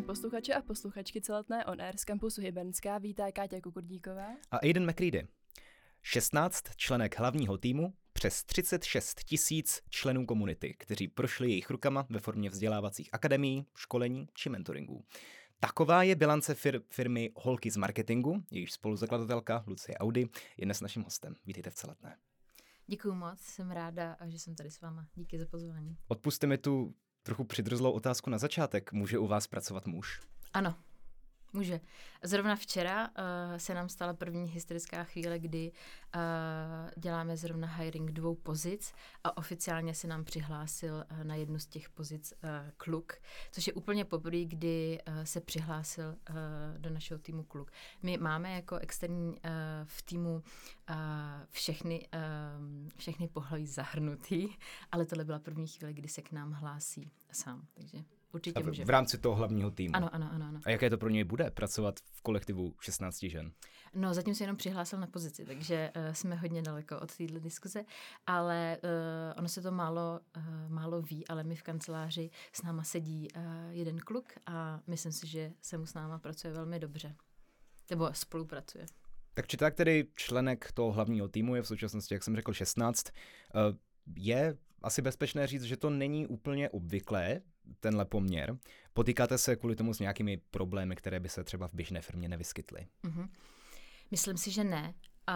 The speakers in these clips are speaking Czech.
posluchače a posluchačky Celetné On Air z kampusu Hybernská vítá Káťa Kukurdíková a Aiden McCready. 16 členek hlavního týmu, přes 36 000 členů komunity, kteří prošli jejich rukama ve formě vzdělávacích akademií, školení či mentoringů. Taková je bilance firmy Holky z marketingu, jejíž spoluzakladatelka Lucie Audi je dnes naším hostem. Vítejte v Celetné. Děkuju moc, jsem ráda, že jsem tady s váma. Díky za pozvání. Odpusťte mi tu trochu přidrzlou otázku na začátek. Může u vás pracovat muž? Ano, může. Zrovna včera se nám stala první historická chvíle, kdy děláme zrovna hiring 2 pozic a oficiálně se nám přihlásil na jednu z těch pozic kluk, což je úplně poprvé, kdy se přihlásil do našeho týmu kluk. My máme jako externí v týmu všechny pohlaví zahrnutý, ale tohle byla první chvíle, kdy se k nám hlásí sám, takže určitě může. V rámci toho hlavního týmu? Ano. A jaké to pro něj bude pracovat v kolektivu 16 žen? No, zatím se jenom přihlásil na pozici, takže jsme hodně daleko od téhle diskuze, ale ono se to málo ví, ale my v kanceláři s náma sedí jeden kluk a myslím si, že se mu s náma pracuje velmi dobře. Nebo spolupracuje. Tak či tak tedy členek toho hlavního týmu je v současnosti, jak jsem řekl, 16. Je asi bezpečné říct, že to není úplně obvyklé, tenhle poměr. Potýkáte se kvůli tomu s nějakými problémy, které by se třeba v běžné firmě nevyskytly? Mm-hmm. Myslím si, že ne,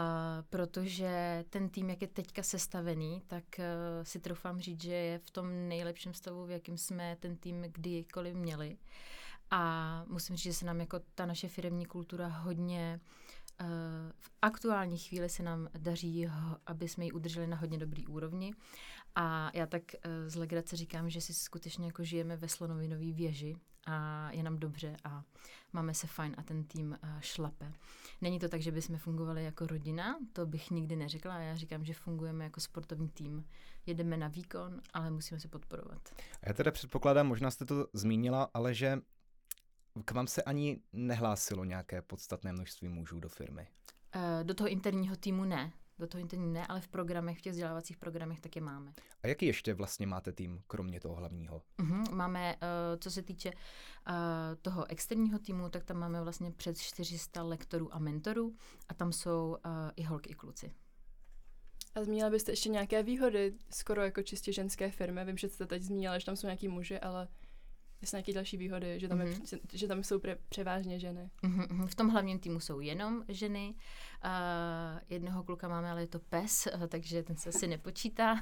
protože ten tým, jak je teďka sestavený, tak si troufám říct, že je v tom nejlepším stavu, v jakým jsme ten tým kdykoliv měli. A musím říct, že se nám jako ta naše firemní kultura hodně v aktuální chvíli se nám daří, aby jsme ji udrželi na hodně dobrý úrovni. A já tak z legrace říkám, že si skutečně jako žijeme ve slonovinové věži a je nám dobře a máme se fajn a ten tým šlape. Není to tak, že bychom fungovali jako rodina, to bych nikdy neřekla. Já říkám, že fungujeme jako sportovní tým. Jedeme na výkon, ale musíme se podporovat. A já teda předpokládám, možná jste to zmínila, ale že k vám se ani nehlásilo nějaké podstatné množství mužů do firmy? Do toho interního týmu ne. Ale v programech, v těch vzdělávacích programech taky máme. A jaký ještě vlastně máte tým, kromě toho hlavního? Máme, co se týče toho externího týmu, tak tam máme vlastně přes 400 lektorů a mentorů a tam jsou i holky, i kluci. A zmínila byste ještě nějaké výhody, skoro jako čistě ženské firmy? Vím, že jste teď zmínila, že tam jsou nějaký muži, ale jsou nějaké další výhody, že tam jsou převážně ženy. V tom hlavním týmu jsou jenom ženy. Jednoho kluka máme, ale je to pes, takže ten se asi nepočítá.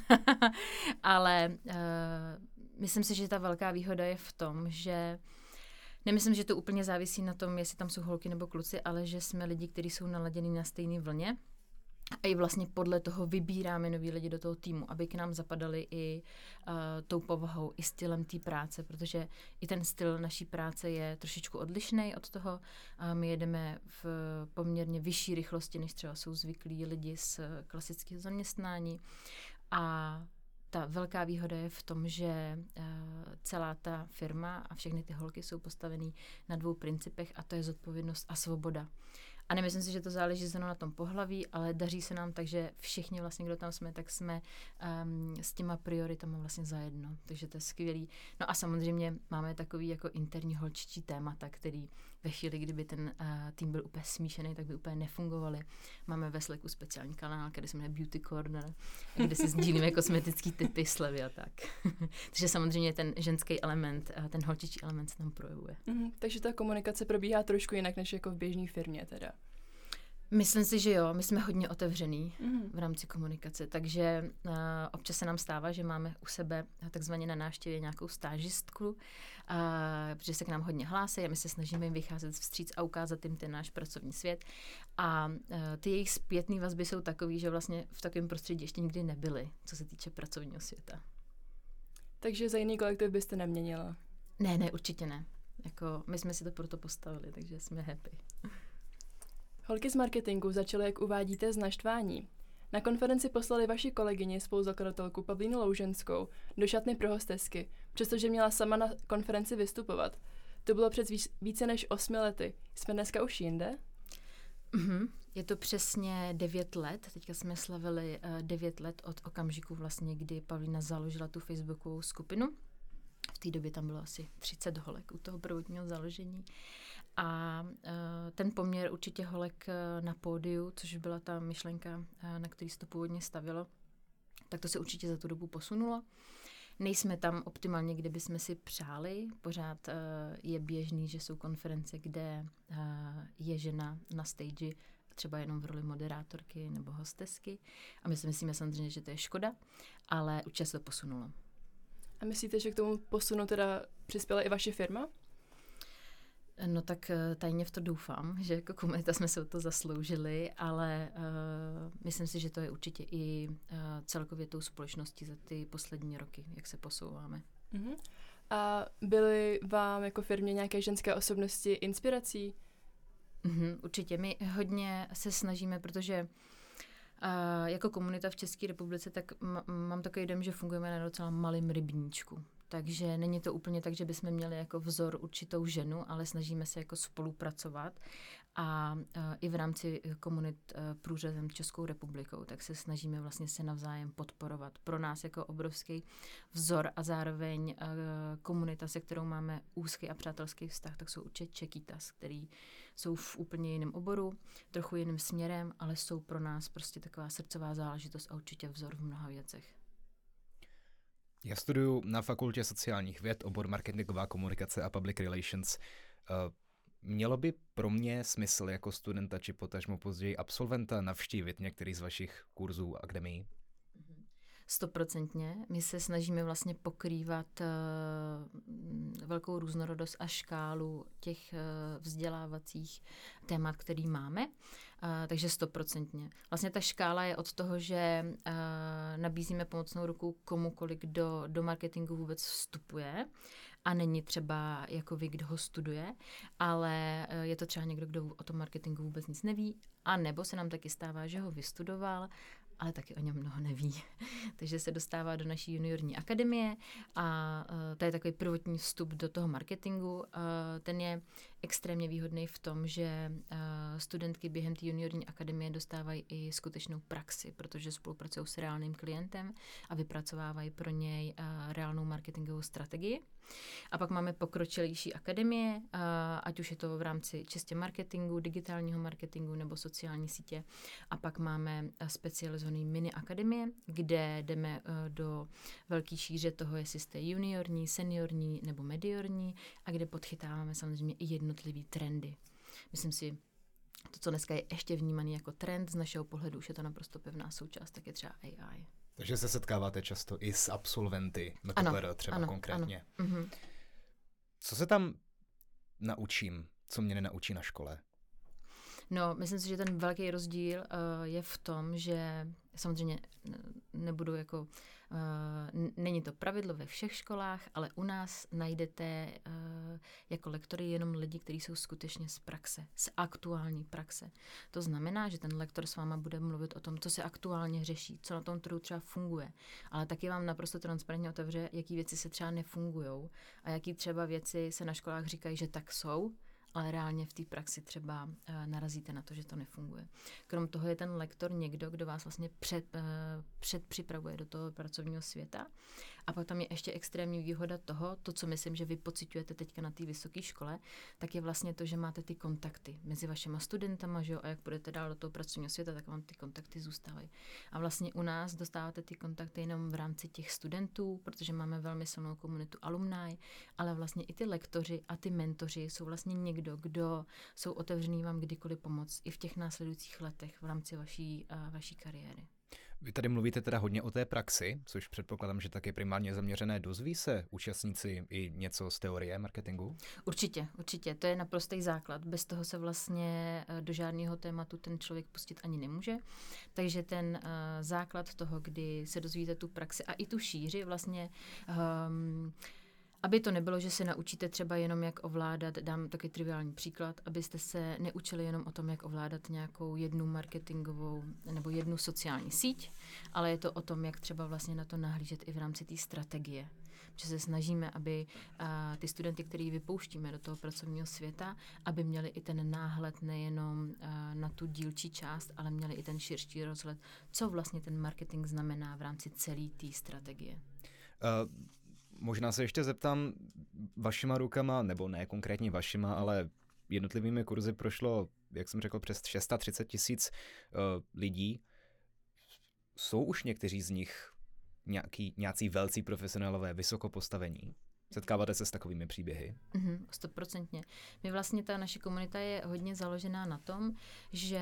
Ale myslím si, že ta velká výhoda je v tom, že nemyslím, že to úplně závisí na tom, jestli tam jsou holky nebo kluci, ale že jsme lidi, kteří jsou naladěni na stejné vlně. A i vlastně podle toho vybíráme nový lidi do toho týmu, aby k nám zapadali i tou povahou, i stylem té práce, protože i ten styl naší práce je trošičku odlišný od toho. My jedeme v poměrně vyšší rychlosti, než třeba jsou zvyklí lidi z klasického zaměstnání. A ta velká výhoda je v tom, že celá ta firma a všechny ty holky jsou postavený na 2 principech a to je zodpovědnost a svoboda. A nemyslím si, že to záleží zrovna na tom pohlaví, ale daří se nám tak, že všichni vlastně, kdo tam jsme, tak jsme s těma prioritama vlastně zajedno. Takže to je skvělý. No a samozřejmě máme takový jako interní holčičí témata, který ve chvíli, kdyby ten tým byl úplně smíšený, tak by úplně nefungovaly. Máme ve Slacku speciální kanál, který se jmenuje Beauty Corner, kde si sdílíme kosmetický typy, slevy a tak. Takže samozřejmě ten ženský element, ten holčičí element se tam projevuje. Takže ta komunikace probíhá trošku jinak, než jako v běžné firmě teda. Myslím si, že jo, my jsme hodně otevřený v rámci komunikace, takže občas se nám stává, že máme u sebe takzvaně na návštěvě nějakou stážistku, protože se k nám hodně hlásí a my se snažíme jim vycházet vstříc a ukázat jim ten náš pracovní svět. A ty jejich zpětné vazby jsou takový, že vlastně v takovém prostředí ještě nikdy nebyly, co se týče pracovního světa. Takže za jiný kolektiv byste neměnila? Ne, určitě ne. Jako, my jsme si to proto postavili, takže jsme happy. Holky z marketingu začaly, jak uvádíte, z naštvání. Na konferenci poslali vaši kolegyni, spoluzakladatelku Pavlínu Louženskou, do šatny pro hostesky, přestože měla sama na konferenci vystupovat. To bylo před více než 8 lety. Jsme dneska už jinde? Je to přesně 9 let. Teďka jsme slavili 9 let od okamžiku vlastně, kdy Pavlína založila tu facebookovou skupinu. V té době tam bylo asi 30 holek u toho prvotního založení. A ten poměr určitě holek na pódiu, což byla ta myšlenka, na který se to původně stavilo, tak to se určitě za tu dobu posunulo. Nejsme tam optimálně, kde bychom si přáli. Pořád je běžný, že jsou konference, kde je žena na stage třeba jenom v roli moderátorky nebo hostesky. A my si myslíme samozřejmě, že to je škoda, ale určitě se to posunulo. A myslíte, že k tomu posunu teda přispěla i vaše firma? No tak tajně v to doufám, že jako komunita jsme se o to zasloužili, ale myslím si, že to je určitě i celkově tou společností za ty poslední roky, jak se posouváme. Uh-huh. A byly vám jako firmě nějaké ženské osobnosti inspirací? Určitě. My hodně se snažíme, protože jako komunita v České republice, tak mám takový dojem, že fungujeme na docela malým rybníčku. Takže není to úplně tak, že bychom měli jako vzor určitou ženu, ale snažíme se jako spolupracovat a i v rámci komunit průřezem Českou republikou, tak se snažíme vlastně se navzájem podporovat. Pro nás jako obrovský vzor a zároveň komunita, se kterou máme úzký a přátelský vztah, tak jsou určitě Čekitas, který jsou v úplně jiném oboru, trochu jiným směrem, ale jsou pro nás prostě taková srdcová záležitost a určitě vzor v mnoha věcech. Já studuju na Fakultě sociálních věd, obor marketingová komunikace a public relations. Mělo by pro mě smysl jako studenta či potažmo později absolventa navštívit některý z vašich kurzů a akademií? 100%. My se snažíme vlastně pokrývat velkou různorodost a škálu těch vzdělávacích témat, který máme. Takže 100%. Vlastně ta škála je od toho, že nabízíme pomocnou ruku komukoliv, kdo do marketingu vůbec vstupuje a není třeba jako vy, kdo ho studuje, ale je to třeba někdo, kdo o tom marketingu vůbec nic neví, a nebo se nám taky stává, že ho vystudoval, ale taky o něm mnoho neví. Takže se dostává do naší juniorní akademie a to je takový prvotní vstup do toho marketingu. Ten je extrémně výhodný v tom, že studentky během té juniorní akademie dostávají i skutečnou praxi, protože spolupracují s reálným klientem a vypracovávají pro něj reálnou marketingovou strategii. A pak máme pokročilejší akademie, ať už je to v rámci čistě marketingu, digitálního marketingu nebo sociální sítě. A pak máme specializované mini akademie, kde jdeme do velké šíře toho, jestli jste juniorní, seniorní nebo mediorní, a kde podchytáváme samozřejmě i jednotlivý trendy. Myslím si, to, co dneska je ještě vnímaný jako trend, z našeho pohledu už je to naprosto pevná součást, tak je třeba AI. Takže se setkáváte často i s absolventy MPR třeba ano, konkrétně. Ano. Mm-hmm. Co se tam naučím, co mě nenaučí na škole? No, myslím si, že ten velký rozdíl je v tom, že samozřejmě nebudu jako, není to pravidlo ve všech školách, ale u nás najdete jako lektory jenom lidi, kteří jsou skutečně z praxe, z aktuální praxe. To znamená, že ten lektor s váma bude mluvit o tom, co se aktuálně řeší, co na tom trhu třeba funguje, ale taky vám naprosto transparentně otevře, jaký věci se třeba nefungujou a jaký třeba věci se na školách říkají, že tak jsou, ale reálně v té praxi třeba narazíte na to, že to nefunguje. Krom toho je ten lektor někdo, kdo vás vlastně předpřipravuje do toho pracovního světa. A pak tam je ještě extrémní výhoda toho, to, co myslím, že vy pociťujete teďka na té vysoké škole, tak je vlastně to, že máte ty kontakty mezi vašima studentama, že jo, a jak půjdete dál do toho pracovního světa, tak vám ty kontakty zůstávají. A vlastně u nás dostáváte ty kontakty jenom v rámci těch studentů, protože máme velmi silnou komunitu alumni, ale vlastně i ty lektoři a ty mentoři jsou vlastně někdo, kdo jsou otevřený vám kdykoliv pomoct i v těch následujících letech v rámci vaší kariéry. Vy tady mluvíte teda hodně o té praxi, což předpokládám, že tak je primárně zaměřené. Dozví se účastníci i něco z teorie marketingu? Určitě. To je naprostý základ. Bez toho se vlastně do žádného tématu ten člověk pustit ani nemůže. Takže ten základ toho, kdy se dozvíte tu praxi a i tu šíři vlastně... Aby to nebylo, že se naučíte třeba jenom, jak ovládat, dám takový triviální příklad, abyste se neučili jenom o tom, jak ovládat nějakou jednu marketingovou nebo jednu sociální síť, ale je to o tom, jak třeba vlastně na to nahlížet i v rámci té strategie. Protože se snažíme, aby ty studenty, který vypouštíme do toho pracovního světa, aby měli i ten náhled nejenom na tu dílčí část, ale měli i ten širší rozhled, co vlastně ten marketing znamená v rámci celé té strategie. Možná se ještě zeptám, vašima rukama, nebo ne konkrétně vašima, ale jednotlivými kurzy prošlo, jak jsem řekl, přes 630 000 lidí. Jsou už někteří z nich nějací velcí profesionálové, vysoko postavení? Setkáváte se s takovými příběhy? 100%. My vlastně, ta naše komunita je hodně založená na tom, že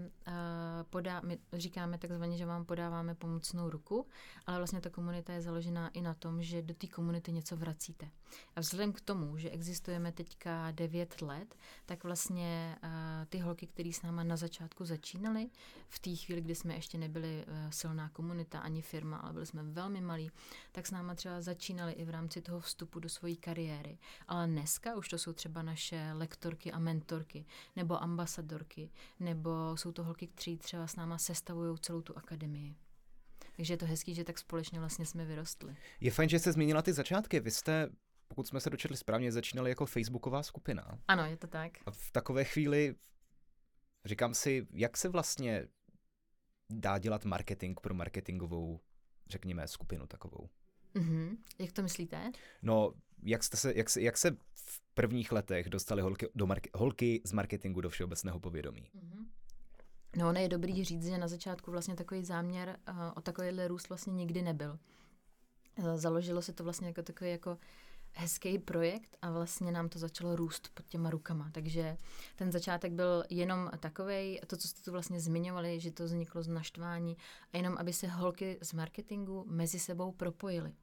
my říkáme takzvaně, že vám podáváme pomocnou ruku, ale vlastně ta komunita je založená i na tom, že do té komunity něco vracíte. A vzhledem k tomu, že existujeme teďka 9 let, tak vlastně ty holky, které s náma na začátku začínaly, v té chvíli, kdy jsme ještě nebyli silná komunita ani firma, ale byli jsme velmi malí, tak s náma třeba začínali i v rámci toho vstupu do své kariéry. Ale dneska už to jsou třeba naše lektorky a mentorky, nebo ambasadorky, nebo jsou to holky, kteří třeba s náma sestavují celou tu akademii. Takže je to hezký, že tak společně vlastně jsme vyrostli. Je fajn, že jste zmínila ty začátky. Vy jste, pokud jsme se dočetli správně, začínali jako facebooková skupina. Ano, je to tak. A v takové chvíli říkám si, jak se vlastně dá dělat marketing pro marketingovou, řekněme, skupinu takovou. Jak to myslíte? No, jak se v prvních letech dostaly holky z marketingu do všeobecného povědomí? No, ono je dobrý říct, že na začátku vlastně takový záměr o takovýhle růst vlastně nikdy nebyl. Založilo se to vlastně jako takový jako hezký projekt a vlastně nám to začalo růst pod těma rukama. Takže ten začátek byl jenom takovej, to, co jste tu vlastně zmiňovali, že to vzniklo z naštvání a jenom, aby se holky z marketingu mezi sebou propojily.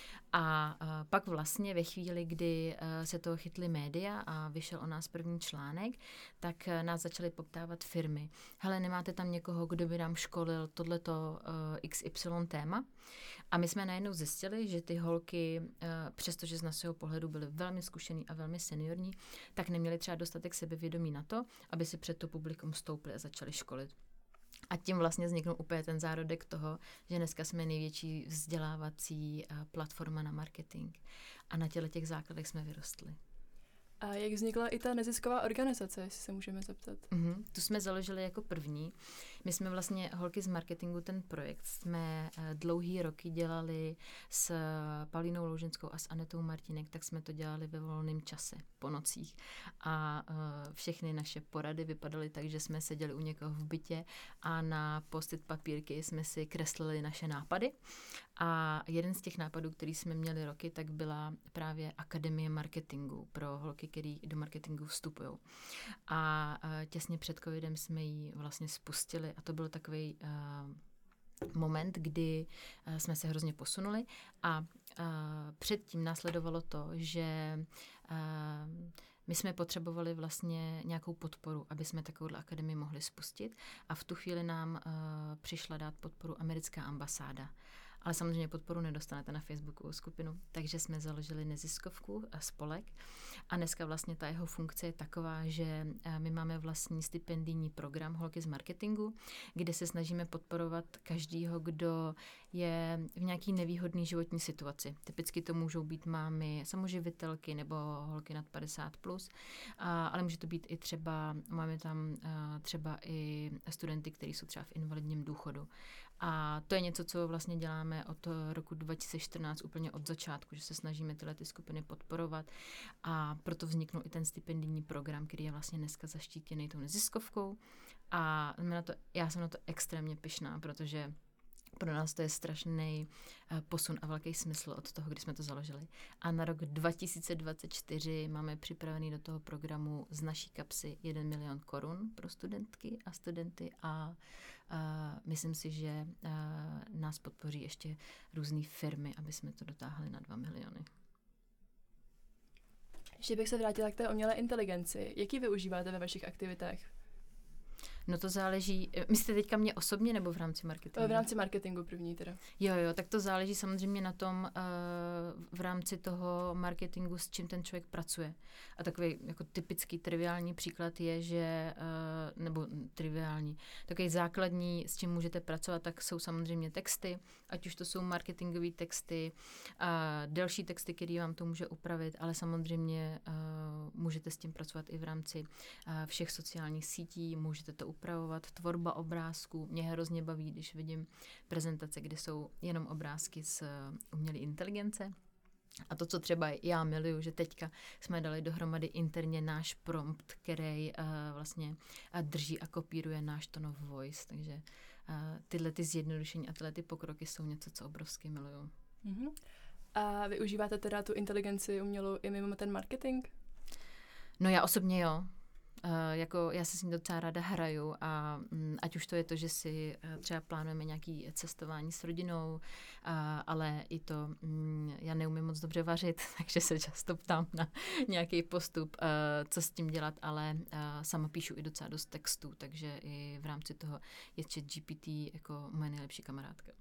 A pak vlastně ve chvíli, kdy se toho chytly média a vyšel o nás první článek, tak nás začaly poptávat firmy. Hele, nemáte tam někoho, kdo by nám školil tohleto XY téma? A my jsme najednou zjistili, že ty holky, přestože z našeho pohledu byly velmi zkušený a velmi seniorní, tak neměly třeba dostatek sebevědomí na to, aby si před to publikum stouply a začaly školit. A tím vlastně vzniknul úplně ten zárodek toho, že dneska jsme největší vzdělávací platforma na marketing. A na těch základech jsme vyrostli. A jak vznikla i ta nezisková organizace, jestli se můžeme zeptat? Tu jsme založili jako první. My jsme vlastně holky z marketingu, ten projekt jsme dlouhý roky dělali s Pavlínou Louženskou a s Anetou Martinek, tak jsme to dělali ve volném čase, po nocích. A všechny naše porady vypadaly tak, že jsme seděli u někoho v bytě a na post-it papírky jsme si kreslili naše nápady. A jeden z těch nápadů, který jsme měli roky, tak byla právě Akademie marketingu pro holky, který do marketingu vstupují. A těsně před covidem jsme ji vlastně spustili a to byl takový moment, kdy jsme se hrozně posunuli a předtím následovalo to, že my jsme potřebovali vlastně nějakou podporu, aby jsme takovouhle akademii mohli spustit a v tu chvíli nám přišla dát podporu americká ambasáda. Ale samozřejmě podporu nedostanete na Facebookovou skupinu, takže jsme založili neziskovku a spolek a dneska vlastně ta jeho funkce je taková, že my máme vlastní stipendijní program Holky z marketingu, kde se snažíme podporovat každýho, kdo je v nějaký nevýhodný životní situaci. Typicky to můžou být mámy samoživitelky nebo holky nad 50+, ale může to být i třeba, máme tam třeba i studenty, kteří jsou třeba v invalidním důchodu. A to je něco, co vlastně děláme od roku 2014 úplně od začátku, že se snažíme tyhle ty skupiny podporovat a proto vzniknul i ten stipendijní program, který je vlastně dneska zaštítěný tou neziskovkou a já jsem na to extrémně pyšná, protože pro nás to je strašný posun a velký smysl od toho, kdy jsme to založili. A na rok 2024 máme připravený do toho programu z naší kapsy 1 milion korun pro studentky a studenty a myslím si, že nás podpoří ještě různé firmy, aby jsme to dotáhli na 2 miliony. Ještě bych se vrátila k té umělé inteligenci. Jak ji využíváte ve vašich aktivitách? No to záleží, myslíte teďka mě osobně nebo v rámci marketingu? V rámci marketingu první teda. Jo, tak to záleží samozřejmě na tom v rámci toho marketingu, s čím ten člověk pracuje. A takový jako typický triviální příklad je, že, nebo triviální, takový základní, s čím můžete pracovat, tak jsou samozřejmě texty, ať už to jsou marketingové texty, delší texty, které vám to může upravit, ale samozřejmě můžete s tím pracovat i v rámci všech sociálních sítí, můžete to upravovat, tvorba obrázků. Mě hrozně baví, když vidím prezentace, kde jsou jenom obrázky z umělé inteligence. A to, co třeba já miluju, že teďka jsme dali dohromady interně náš prompt, který vlastně drží a kopíruje náš tone of voice, takže tyhle ty zjednodušení a tyhle ty pokroky jsou něco, co obrovsky miluju. Mm-hmm. A využíváte teda tu inteligenci umělou i mimo ten marketing? No já osobně jo. Jako já se s ní docela ráda hraju a ať už to je to, že si třeba plánujeme nějaké cestování s rodinou, ale i to, já neumím moc dobře vařit, takže se často ptám na nějaký postup, co s tím dělat, ale sama píšu i docela dost textů, takže i v rámci toho je ChatGPT jako moje nejlepší kamarádka.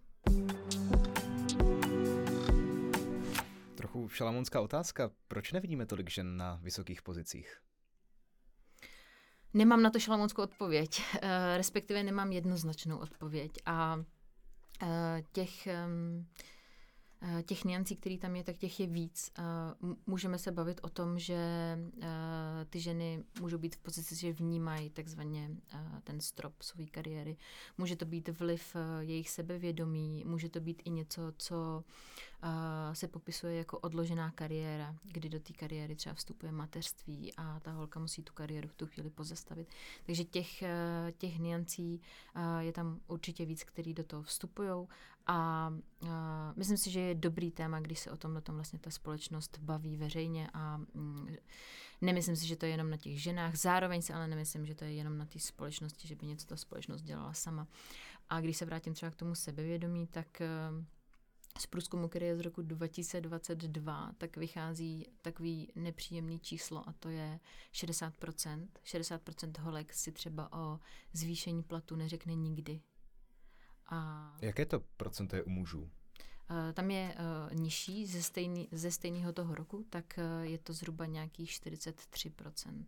Trochu šalamounská otázka. Proč nevidíme tolik žen na vysokých pozicích? Nemám na to šalamounskou odpověď, respektive nemám jednoznačnou odpověď a těch nuancí, který tam je, tak těch je víc. Můžeme se bavit o tom, že ty ženy můžou být v pozici, že vnímají takzvaně ten strop své kariéry. Může to být vliv jejich sebevědomí, může to být i něco, co se popisuje jako odložená kariéra, kdy do té kariéry třeba vstupuje mateřství a ta holka musí tu kariéru v tu chvíli pozastavit. Takže těch nuancí je tam určitě víc, který do toho vstupujou a myslím si, že je dobrý téma, když se o tom vlastně ta společnost baví veřejně a nemyslím si, že to je jenom na těch ženách, zároveň si ale nemyslím, že to je jenom na té společnosti, že by něco ta společnost dělala sama. A když se vrátím třeba k tomu sebevědomí, tak z průzkumu, který je z roku 2022, tak vychází takový nepříjemný číslo a to je 60%. 60% holek si třeba o zvýšení platu neřekne nikdy. A jaké to procento je u mužů? Tam je nižší ze stejného toho roku, tak je to zhruba nějakých 43%.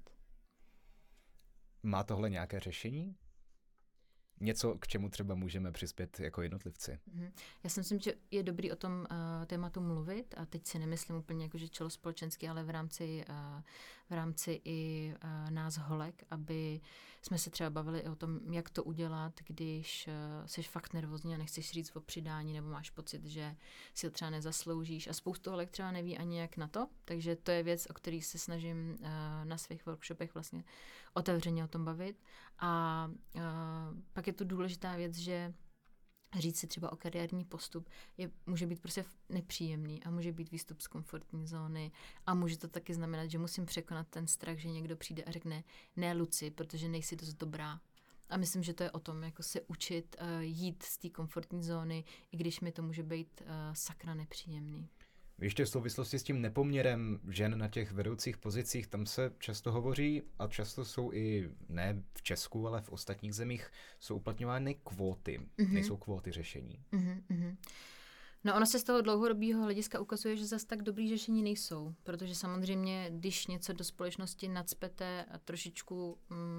Má tohle nějaké řešení? Něco, k čemu třeba můžeme přispět jako jednotlivci? Já si myslím, že je dobrý o tom tématu mluvit a teď si nemyslím úplně jako, že celospolečensky, ale v rámci i nás holek, aby jsme se třeba bavili i o tom, jak to udělat, když jsi fakt nervózní a nechceš říct o přidání nebo máš pocit, že si to třeba nezasloužíš a spoustu holek třeba neví ani jak na to, takže to je věc, o který se snažím na svých workshopech vlastně otevřeně o tom bavit a pak je tu důležitá věc, že říct si třeba o kariérní postup může být prostě nepříjemný a může být výstup z komfortní zóny a může to taky znamenat, že musím překonat ten strach, že někdo přijde a řekne ne Luci, protože nejsi dost dobrá. A myslím, že to je o tom, jako se učit jít z té komfortní zóny, i když mi to může být sakra nepříjemný. Ještě v souvislosti s tím nepoměrem žen na těch vedoucích pozicích, tam se často hovoří a často jsou i, ne v Česku, ale v ostatních zemích, jsou uplatňovány kvóty. Nejsou kvóty řešení. No ono se z toho dlouhodobého hlediska ukazuje, že zase tak dobrý řešení nejsou, protože samozřejmě, když něco do společnosti nacpete a trošičku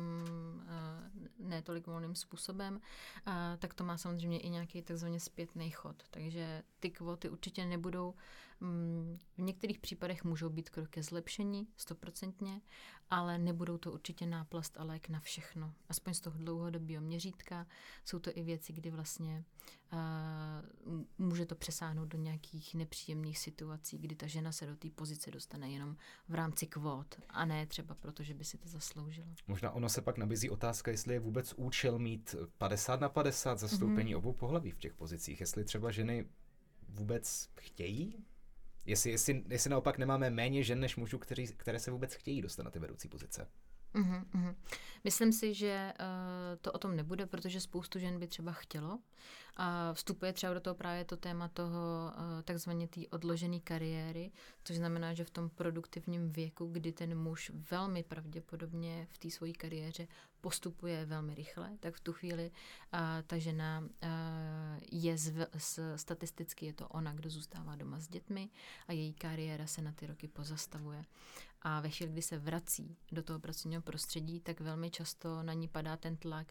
ne tolik volným způsobem, tak to má samozřejmě i nějaký takzvaně zpětný chod. Takže ty kvóty určitě nebudou, v některých případech můžou být krok ke zlepšení, 100%, ale nebudou to určitě náplast a lék na všechno. Aspoň z toho dlouhodobého měřítka jsou to i věci, kdy vlastně může to přesáhnout do nějakých nepříjemných situací, kdy ta žena se do té pozice dostane jenom v rámci kvót a ne třeba proto, že by si to zasloužila. Možná ono se pak nabízí otázka, jestli je vůbec účel mít 50/50 zastoupení obou pohlaví v těch pozicích, jestli třeba ženy vůbec chtějí? Jestli naopak nemáme méně žen než mužů, které se vůbec chtějí dostat na ty vedoucí pozice. Myslím si, že to o tom nebude, protože spoustu žen by třeba chtělo. A vstupuje třeba do toho právě to téma toho takzvaně té odložené kariéry, což znamená, že v tom produktivním věku, kdy ten muž velmi pravděpodobně v té své kariéře postupuje velmi rychle, tak v tu chvíli ta žena je statisticky je to ona, kdo zůstává doma s dětmi a její kariéra se na ty roky pozastavuje. A ve chvíli, kdy se vrací do toho pracovního prostředí, tak velmi často na ní padá ten tlak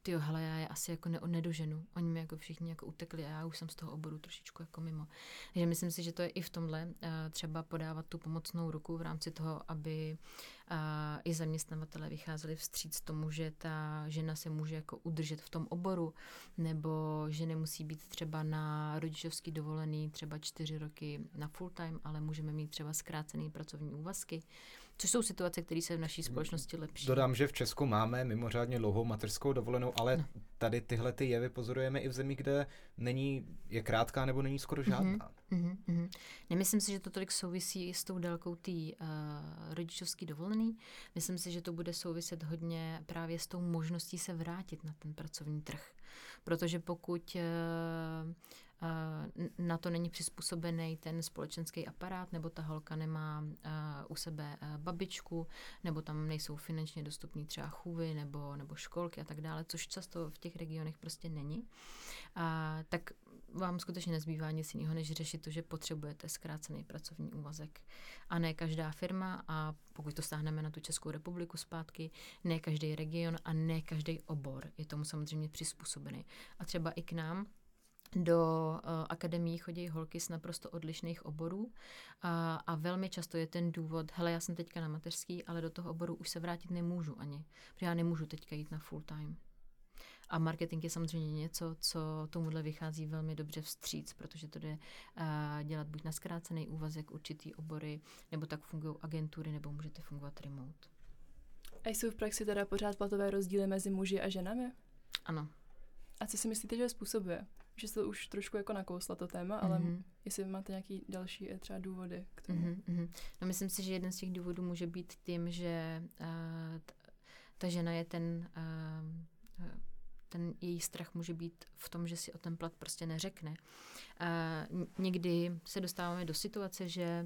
tyjo, hele, já je asi jako nedoženu. Oni mi jako všichni jako utekli a já už jsem z toho oboru trošičku jako mimo. Takže myslím si, že to je i v tomhle třeba podávat tu pomocnou ruku v rámci toho, aby i zaměstnavatelé vycházeli vstříc tomu, že ta žena se může jako udržet v tom oboru, nebo že nemusí být třeba na rodičovský dovolený třeba 4 roky na full time, ale můžeme mít třeba zkrácený pracovní úvazky, což jsou situace, které se v naší společnosti lepší. Dodám, že v Česku máme mimořádně dlouhou mateřskou dovolenou, ale tady tyhle ty jevy pozorujeme i v zemích, kde je krátká nebo není skoro žádná. Nemyslím si, že to tolik souvisí s tou délkou té rodičovské dovolený. Myslím si, že to bude souviset hodně právě s tou možností se vrátit na ten pracovní trh. Protože pokud na to není přizpůsobený ten společenský aparát, nebo ta holka nemá u sebe babičku, nebo tam nejsou finančně dostupný třeba chůvy nebo školky a tak dále, což často v těch regionech prostě není, tak vám skutečně nezbývá nic jiného, než řešit to, že potřebujete zkrácený pracovní úvazek. A ne každá firma, a pokud to stáhneme na tu Českou republiku zpátky, ne každý region a ne každý obor je tomu samozřejmě přizpůsobený. A třeba i k nám do akademií chodí holky z naprosto odlišných oborů a velmi často je ten důvod, hele, já jsem teďka na mateřský, ale do toho oboru už se vrátit nemůžu ani, protože já nemůžu teďka jít na full time. A marketing je samozřejmě něco, co tomuhle vychází velmi dobře vstříc, protože to jde dělat buď na zkrácený úvazek určitý obory, nebo tak fungují agentury, nebo můžete fungovat remote. A jsou v praxi teda pořád platové rozdíly mezi muži a ženami? Ano. A co si myslíte, že způsobuje? Že jste už trošku jako nakousla to téma, ale jestli máte nějaký další třeba důvody k tomu? No, myslím si, že jeden z těch důvodů může být tím, že ta žena je ten její strach může být v tom, že si o ten plat prostě neřekne. Někdy se dostáváme do situace, že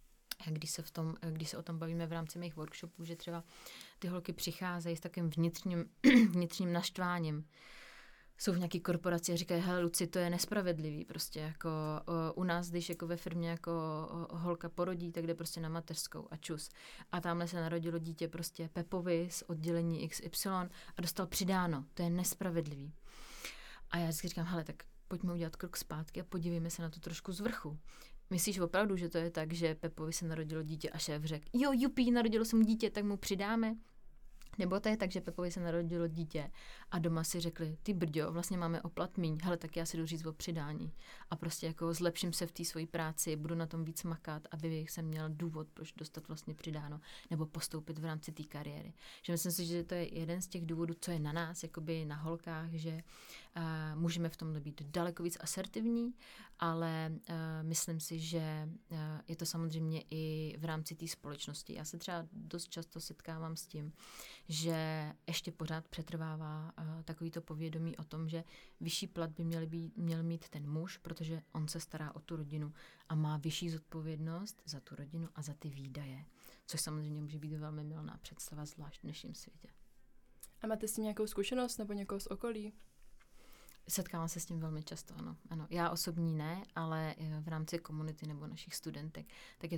když se o tom bavíme v rámci mých workshopů, že třeba ty holky přicházejí s takovým vnitřním naštváním. Jsou v nějaký korporaci a říkají, hele Luci, to je nespravedlivý, prostě jako u nás, když jako ve firmě jako holka porodí, tak jde prostě na mateřskou a čus. A tamhle se narodilo dítě prostě Pepovi z oddělení XY a dostal přidáno, to je nespravedlivý. A já vždycky říkám, hele, tak pojďme udělat krok zpátky a podívejme se na to trošku z vrchu. Myslíš opravdu, že to je tak, že Pepovi se narodilo dítě a šéf řekl, jo, jupí, narodilo se mu dítě, tak mu přidáme? Nebo to je tak, že Pepovi se narodilo dítě a doma si řekli, ty brďo, vlastně máme o plat míň, hele, tak já si jdu říct o přidání. A prostě jako zlepším se v té svojí práci, budu na tom víc makat, aby jsem měl důvod, proč dostat vlastně přidáno, nebo postoupit v rámci té kariéry. Že myslím si, že to je jeden z těch důvodů, co je na nás, jakoby na holkách, že můžeme v tomhle být daleko víc asertivní, ale myslím si, že je to samozřejmě i v rámci té společnosti. Já se třeba dost často setkávám s tím, že ještě pořád přetrvává takovýto povědomí o tom, že vyšší plat by měl mít ten muž, protože on se stará o tu rodinu a má vyšší zodpovědnost za tu rodinu a za ty výdaje, což samozřejmě může být velmi mylná představa, zvlášť v dnešním světě. A máte s tím nějakou zkušenost nebo někoho z okolí? Setkávám se s tím velmi často, ano. Já osobní ne, ale v rámci komunity nebo našich studentek, tak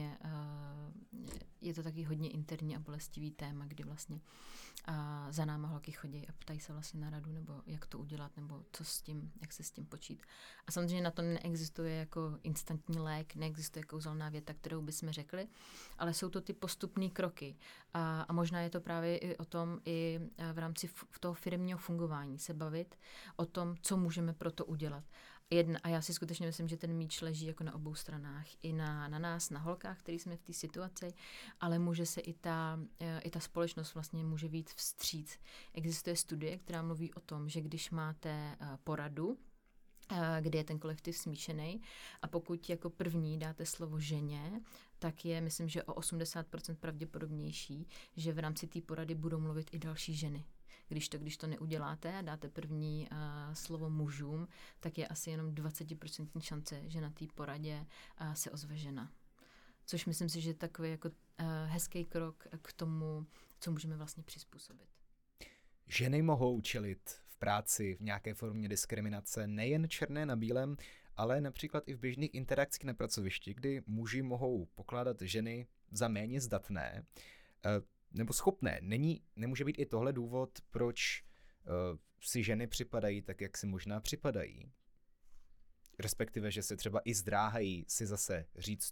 je to taky hodně interní a bolestivý téma, kdy vlastně za náma holky chodí a ptají se vlastně na radu, nebo jak to udělat, nebo co s tím, jak se s tím počít. A samozřejmě na to neexistuje jako instantní lék, neexistuje kouzelná věta, kterou bychom řekli, ale jsou to ty postupné kroky. A možná je to právě i o tom, i v rámci toho firemního fungování se bavit o tom, co můžeme pro to udělat. A já si skutečně myslím, že ten míč leží jako na obou stranách. I na nás, na holkách, který jsme v té situaci, ale může se i ta společnost vlastně může víc vstříc. Existuje studie, která mluví o tom, že když máte poradu, kde je ten kolektiv smíšený, a pokud jako první dáte slovo ženě, tak je, myslím, že o 80% pravděpodobnější, že v rámci té porady budou mluvit i další ženy. Když to neuděláte a dáte první slovo mužům, tak je asi jenom 20% šance, že na té poradě se ozve žena. Což myslím si, že je takový jako hezký krok k tomu, co můžeme vlastně přizpůsobit. Ženy mohou čelit v práci v nějaké formě diskriminace nejen černé na bílém, ale například i v běžných interakcích na pracovišti, kdy muži mohou pokládat ženy za méně zdatné nebo schopné. Nemůže být i tohle důvod, proč si ženy připadají tak, jak si možná připadají. Respektive, že se třeba i zdráhají si zase říct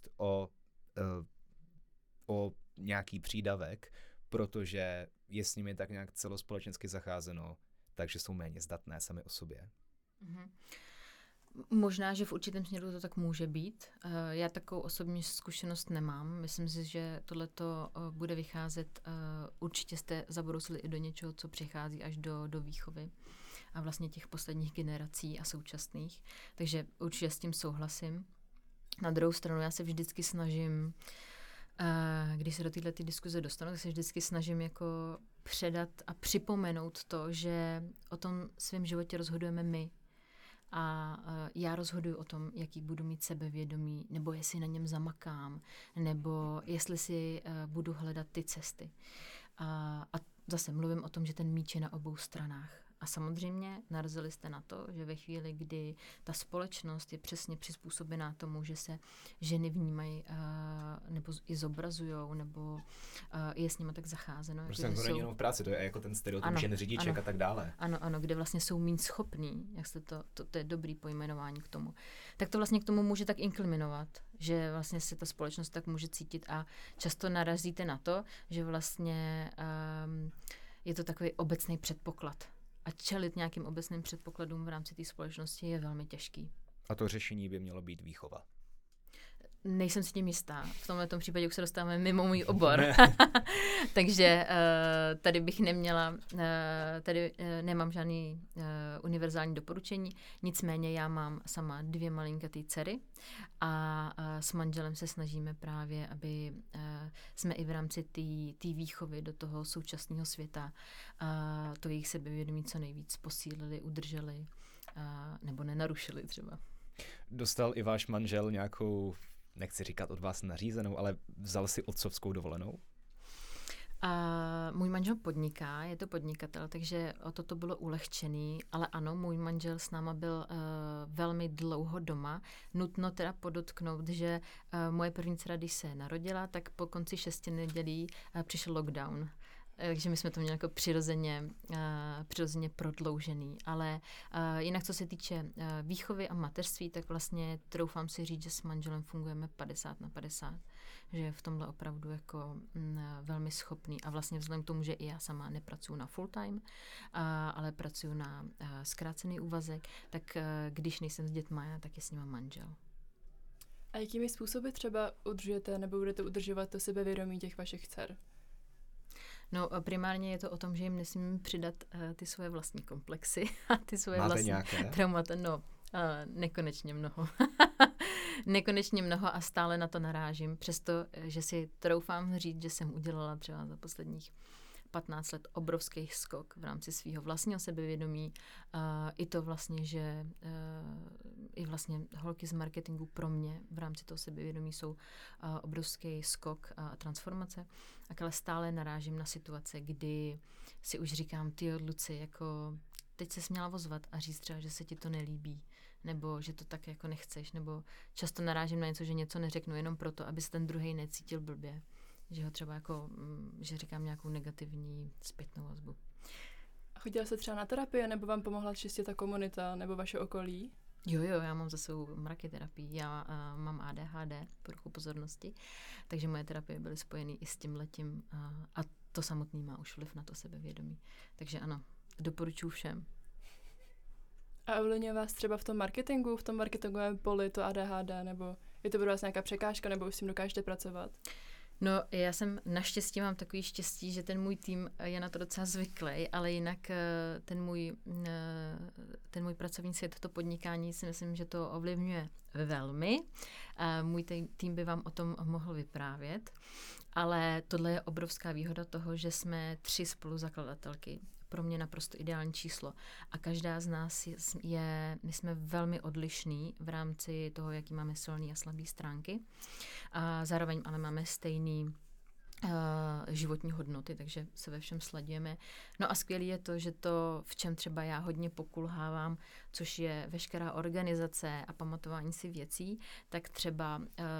o nějaký přídavek, protože je s nimi tak nějak celospolečensky zacházeno, takže jsou méně zdatné sami o sobě. Mm-hmm. Možná, že v určitém směru to tak může být. Já takovou osobní zkušenost nemám. Myslím si, že tohleto bude vycházet, určitě jste zabrousili i do něčeho, co přichází až do výchovy a vlastně těch posledních generací a současných. Takže určitě s tím souhlasím. Na druhou stranu já se vždycky snažím, když se do této diskuze dostanu, tak se vždycky snažím jako předat a připomenout to, že o tom svém životě rozhodujeme my. A já rozhoduju o tom, jaký budu mít sebevědomí, nebo jestli na něm zamakám, nebo jestli si budu hledat ty cesty. A zase mluvím o tom, že ten míč je na obou stranách. A samozřejmě narazili jste na to, že ve chvíli, kdy ta společnost je přesně přizpůsobená tomu, že se ženy vnímají nebo i zobrazujou, nebo je s nimi tak zacházeno. Prostě to není jenom v práci, to je jako ten stereotyp žen řidiček a tak dále. Ano, kde vlastně jsou méně schopní, jak se to je dobrý pojmenování k tomu. Tak to vlastně k tomu může tak inkliminovat, že vlastně se ta společnost tak může cítit a často narazíte na to, že vlastně je to takový obecný předpoklad. A čelit nějakým obecným předpokladům v rámci té společnosti je velmi těžký. A to řešení by mělo být výchova. Nejsem si tím jistá. V tomto případě už se dostáváme mimo můj obor. Takže tady bych neměla, nemám žádný univerzální doporučení. Nicméně já mám sama 2 malinkatý dcery a s manželem se snažíme právě, aby jsme i v rámci té výchovy do toho současného světa to jejich sebevědomí co nejvíc posílili, udrželi nebo nenarušili třeba. Dostal i váš manžel nějakou, nechci říkat od vás nařízenou, ale vzal si otcovskou dovolenou? Můj manžel podniká, je to podnikatel, takže o to bylo ulehčený, ale ano, můj manžel s náma byl velmi dlouho doma. Nutno teda podotknout, že moje první dcera, když se narodila, tak po konci 6 nedělí přišel lockdown. Takže my jsme to měli jako přirozeně prodloužený. Ale jinak, co se týče výchovy a mateřství, tak vlastně troufám si říct, že s manželem fungujeme 50/50. Že je v tomhle opravdu jako velmi schopný. A vlastně vzhledem k tomu, že i já sama nepracuji na full time, ale pracuji na zkrácený úvazek, tak když nejsem s dětma, tak je s nima manžel. A jakými způsoby třeba udržujete nebo budete udržovat to sebevědomí těch vašich dcer? No primárně je to o tom, že jim nesmím přidat ty svoje vlastní komplexy a ty svoje vlastní traumata. No, nekonečně mnoho. Nekonečně mnoho a stále na to narážím. Přesto, že si troufám říct, že jsem udělala třeba za posledních 15 let obrovský skok v rámci svého vlastního sebevědomí. I to vlastně, že i vlastně holky z marketingu pro mě v rámci toho sebevědomí jsou obrovský skok a transformace. Ale stále narážím na situace, kdy si už říkám, ty Luci, jako teď se směla ozvat a říct třeba, že se ti to nelíbí, nebo že to tak jako nechceš, nebo často narážím na něco, že něco neřeknu jenom proto, aby se ten druhej necítil blbě. Že ho třeba jako, že říkám nějakou negativní zpětnou vazbu. A chodila jste třeba na terapii, nebo vám pomohla čistě ta komunita, nebo vaše okolí? Jo, já mám za sebou mraky terapii. Já mám ADHD, poruchu pozornosti, takže moje terapie byly spojeny i s tímhletím a to samotný má už vliv na to sebevědomí. Takže ano, doporučuji všem. A ovlivňuje vás třeba v tom marketingu, v tom marketingovém poli to ADHD, nebo je to pro vás nějaká překážka, nebo už s tím dokážete pracovat? No, já jsem naštěstí mám takový štěstí, že ten můj tým je na to docela zvyklý, ale jinak ten můj pracovní svět, to podnikání si myslím, že to ovlivňuje velmi. Můj tým by vám o tom mohl vyprávět, ale tohle je obrovská výhoda toho, že jsme 3 spoluzakladatelky. Pro mě naprosto ideální číslo. A každá z nás my jsme velmi odlišní v rámci toho, jaký máme silné a slabé stránky. A zároveň ale máme životní hodnoty, takže se ve všem sledujeme. No a skvělý je to, že to, v čem třeba já hodně pokulhávám, což je veškerá organizace a pamatování si věcí, tak třeba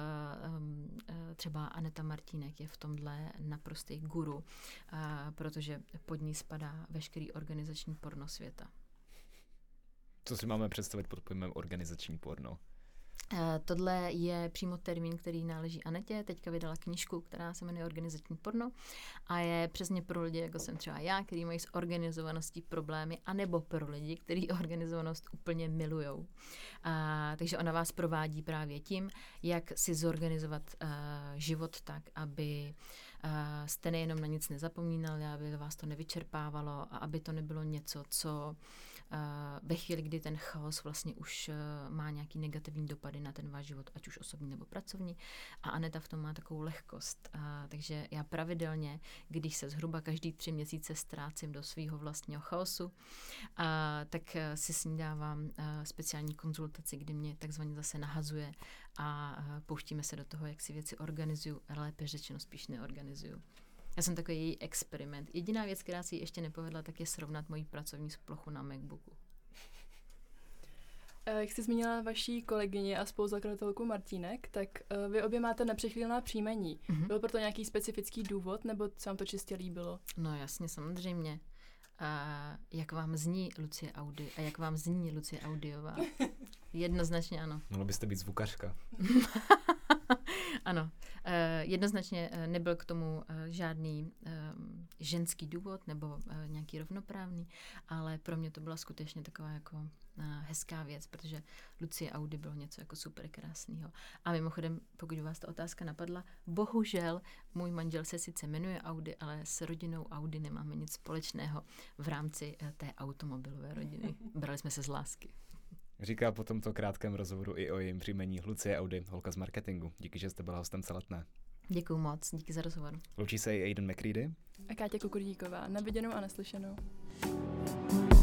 Aneta Martínek je v tomhle naprostý guru, protože pod ní spadá veškerý organizační porno světa. Co si máme představit pod pojmem organizační porno? Tohle je přímo termín, který náleží Anetě. Teďka vydala knížku, která se jmenuje Organizační porno a je přesně pro lidi, jako jsem třeba já, kteří mají s organizovaností problémy, anebo pro lidi, kteří organizovanost úplně milujou. Takže ona vás provádí právě tím, jak si zorganizovat život tak, aby jste nejenom na nic nezapomínali, aby vás to nevyčerpávalo a aby to nebylo něco, co ve chvíli, kdy ten chaos vlastně už má nějaký negativní dopady na ten váš život, ať už osobní nebo pracovní. A Aneta v tom má takovou lehkost. Takže já pravidelně, když se zhruba každý 3 měsíce ztrácím do svého vlastního chaosu, tak si s ní dávám speciální konzultaci, kdy mě takzvaně zase nahazuje a pouštíme se do toho, jak si věci organizuju, ale lépe řečeno spíš neorganizuju. Já jsem takový její experiment. Jediná věc, která si ještě nepovedla, tak je srovnat moji pracovní plochu na MacBooku. Jak jsi zmínila vaší kolegyni a spoluzakladatelku Martínek, tak vy obě máte nepřechvílená příjmení. Mm-hmm. Byl proto nějaký specifický důvod, nebo se vám to čistě líbilo? No jasně, samozřejmě. Jak vám zní Lucie Audy a jak vám zní Lucie Audiová? Jednoznačně ano. Mohla byste být zvukařka. Ano, jednoznačně nebyl k tomu žádný ženský důvod nebo nějaký rovnoprávný, ale pro mě to byla skutečně taková jako hezká věc, protože Lucie Audy bylo něco jako super krásného. A mimochodem, pokud vás ta otázka napadla, bohužel můj manžel se sice jmenuje Audy, ale s rodinou Audy nemáme nic společného v rámci té automobilové rodiny. Brali jsme se z lásky. Říká po tomto krátkém rozhovoru i o jejím příjmení Lucie Audy, holka z marketingu. Díky, že jste byla hostem Celetné. Děkuju moc, díky za rozhovor. Loučí se i Aiden McCready a Káťa Kukurdíková. Na viděnou a naslyšenou.